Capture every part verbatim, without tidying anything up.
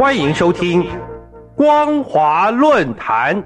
欢迎收听光华论坛。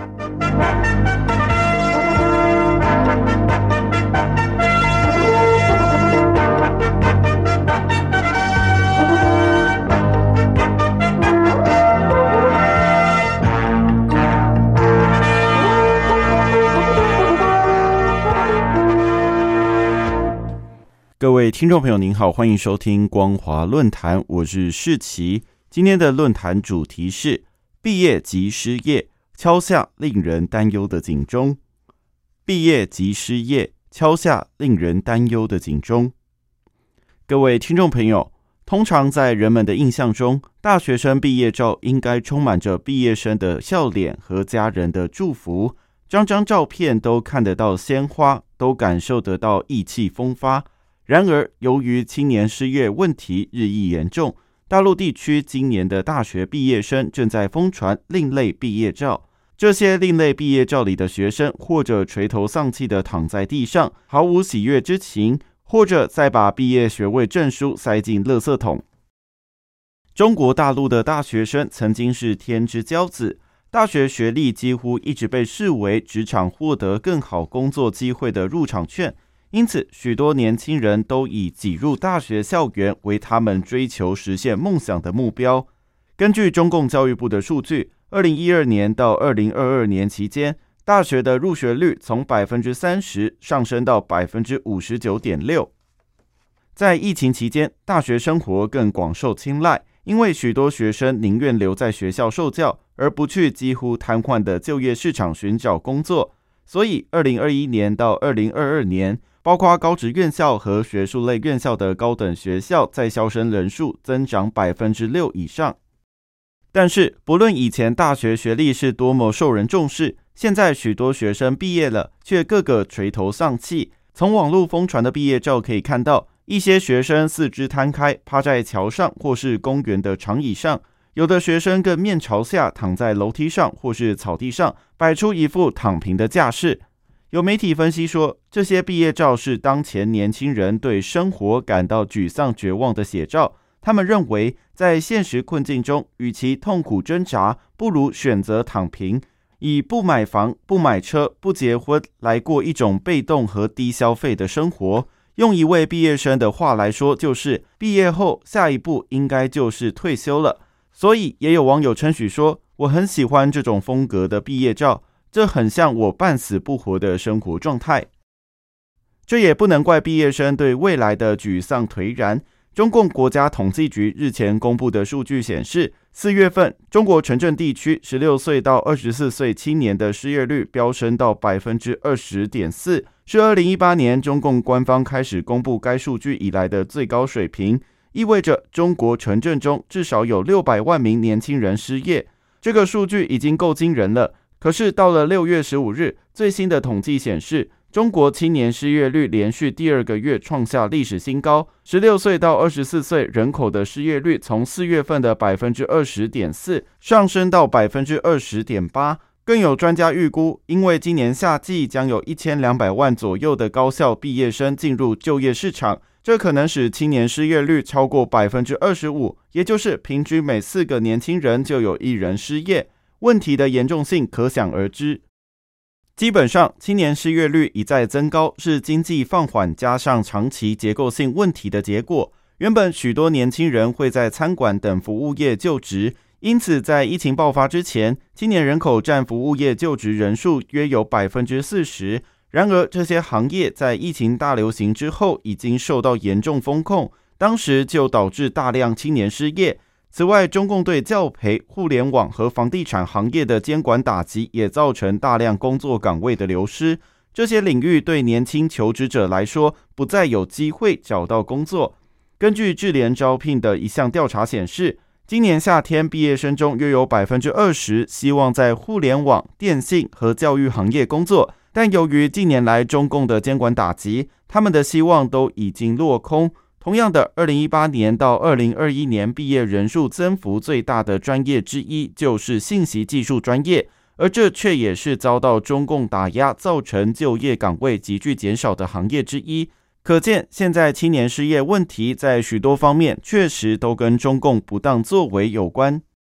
各位听众朋友您好，欢迎收听光华论坛，我是世奇。今天的论坛主题是毕业即失业，敲下令人担忧的警钟。毕业即失业，敲下令人担忧的警钟。各位听众朋友，通常在人们的印象中，大学生毕业照应该充满着毕业生的笑脸和家人的祝福，张张照片都看得到鲜花，都感受得到意气风发。然而，由于青年失业问题日益严重，大陆地区今年的大学毕业生正在疯传另类毕业照。这些另类毕业照里的学生，或者垂头丧气地躺在地上，毫无喜悦之情，或者再把毕业学位证书塞进垃圾桶。中国大陆的大学生曾经是天之骄子，大学学历几乎一直被视为职场获得更好工作机会的入场券。因此，许多年轻人都以挤入大学校园为他们追求实现梦想的目标。根据中共教育部的数据，二零一二年到二零二二年期间，大学的入学率从 百分之三十 上升到 百分之五十九点六。在疫情期间，大学生活更广受青睐，因为许多学生宁愿留在学校受教，而不去几乎瘫痪的就业市场寻找工作。所以二零二一年到二零二二年，包括高职院校和学术类院校的高等学校在校生人数增长 百分之六 以上。但是，不论以前大学学历是多么受人重视，现在许多学生毕业了，却个个垂头丧气。从网络疯传的毕业照可以看到，一些学生四肢摊开，趴在桥上或是公园的长椅上，有的学生更面朝下躺在楼梯上或是草地上，摆出一副躺平的架势。有媒体分析说，这些毕业照是当前年轻人对生活感到沮丧绝望的写照。他们认为，在现实困境中，与其痛苦挣扎，不如选择躺平，以不买房、不买车、不结婚来过一种被动和低消费的生活。用一位毕业生的话来说，就是毕业后下一步应该就是退休了。所以也有网友称许说，我很喜欢这种风格的毕业照，这很像我半死不活的生活状态。这也不能怪毕业生对未来的沮丧颓然。中共国家统计局日前公布的数据显示，四月份中国城镇地区十六岁到二十四岁青年的失业率飙升到 百分之二十点四， 是二零一八年中共官方开始公布该数据以来的最高水平，意味着中国城镇中至少有六百万名年轻人失业。这个数据已经够惊人了。可是到了六月十五日，最新的统计显示，中国青年失业率连续第二个月创下历史新高，十六岁到二十四岁人口的失业率从四月份的 百分之二十点四 上升到 百分之二十点八。更有专家预估，因为今年夏季将有一千两百万左右的高校毕业生进入就业市场，这可能使青年失业率超过 百分之二十五， 也就是平均每四个年轻人就有一人失业。问题的严重性可想而知。基本上，青年失业率一再增高，是经济放缓加上长期结构性问题的结果。原本许多年轻人会在餐馆等服务业就职，因此在疫情爆发之前，青年人口占服务业就职人数约有 百分之四十。然而，这些行业在疫情大流行之后已经受到严重封控，当时就导致大量青年失业。此外，中共对教培、互联网和房地产行业的监管打击也造成大量工作岗位的流失。这些领域对年轻求职者来说，不再有机会找到工作。根据智联招聘的一项调查显示，今年夏天毕业生中约有 百分之二十 希望在互联网、电信和教育行业工作，但由于近年来中共的监管打击，他们的希望都已经落空。同样的，二零一八年到二零二一年毕业人数增幅最大的专业之一就是信息技术专业，而这却也是遭到中共打压造成就业岗位急剧减少的行业之一。可见，现在青年失业问题在许多方面确实都跟中共不当作为有关。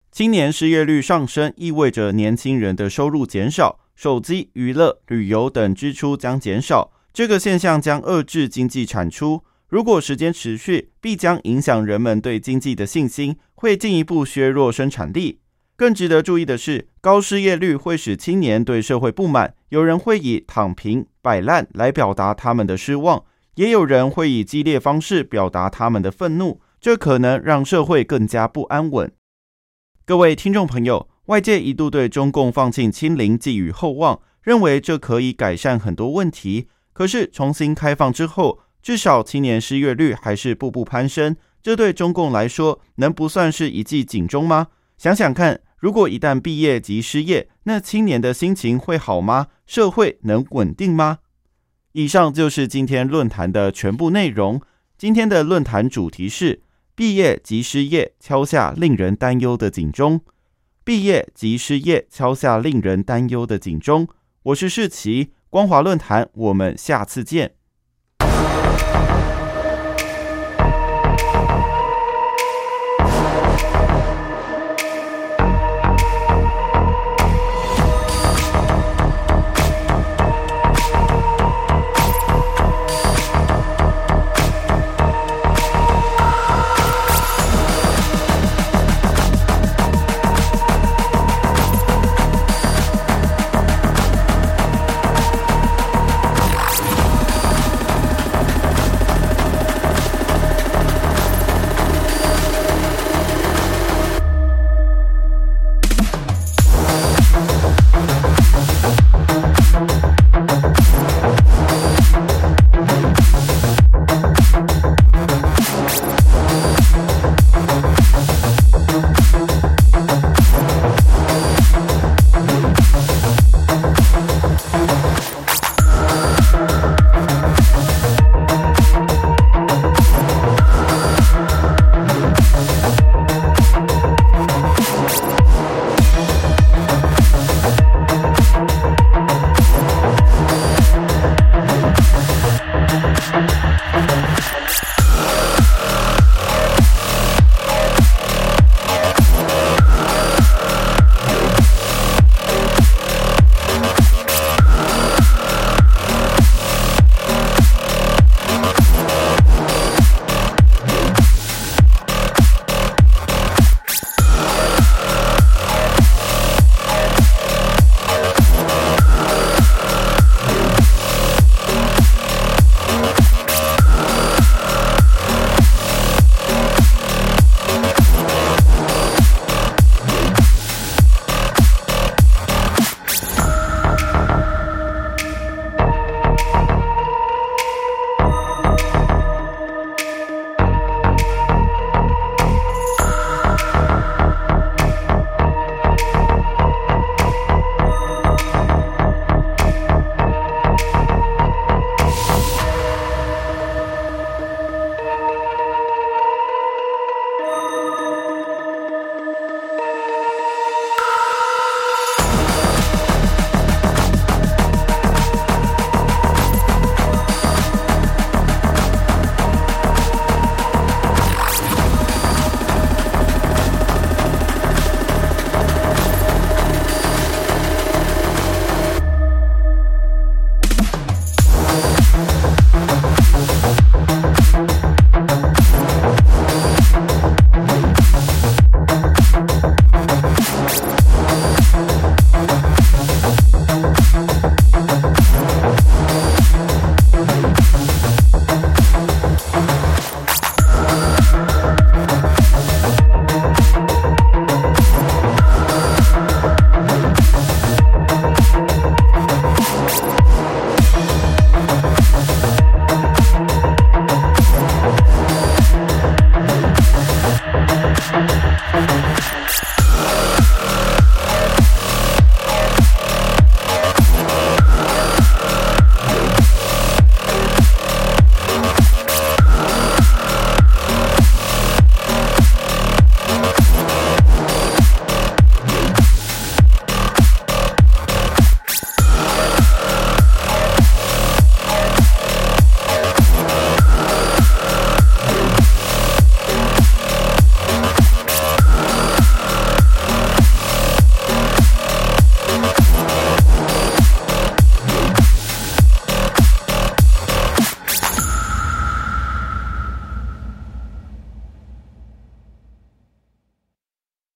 青年失业率上升意味着年轻人的收入减少，手机、娱乐、旅游等支出将减少，这个现象将遏制经济产出。如果时间持续，必将影响人们对经济的信心，会进一步削弱生产力。更值得注意的是，高失业率会使青年对社会不满，有人会以躺平、摆烂来表达他们的失望，也有人会以激烈方式表达他们的愤怒，这可能让社会更加不安稳。各位听众朋友，外界一度对中共放弃清零寄予厚望，认为这可以改善很多问题。可是重新开放之后，至少青年失业率还是步步攀升，这对中共来说能不算是一记警钟吗？想想看，如果一旦毕业即失业，那青年的心情会好吗？社会能稳定吗？以上就是今天论坛的全部内容。今天的论坛主题是毕业即失业，敲下令人担忧的警钟。毕业即失业，敲下令人担忧的警钟。我是世奇，光华论坛，我们下次见。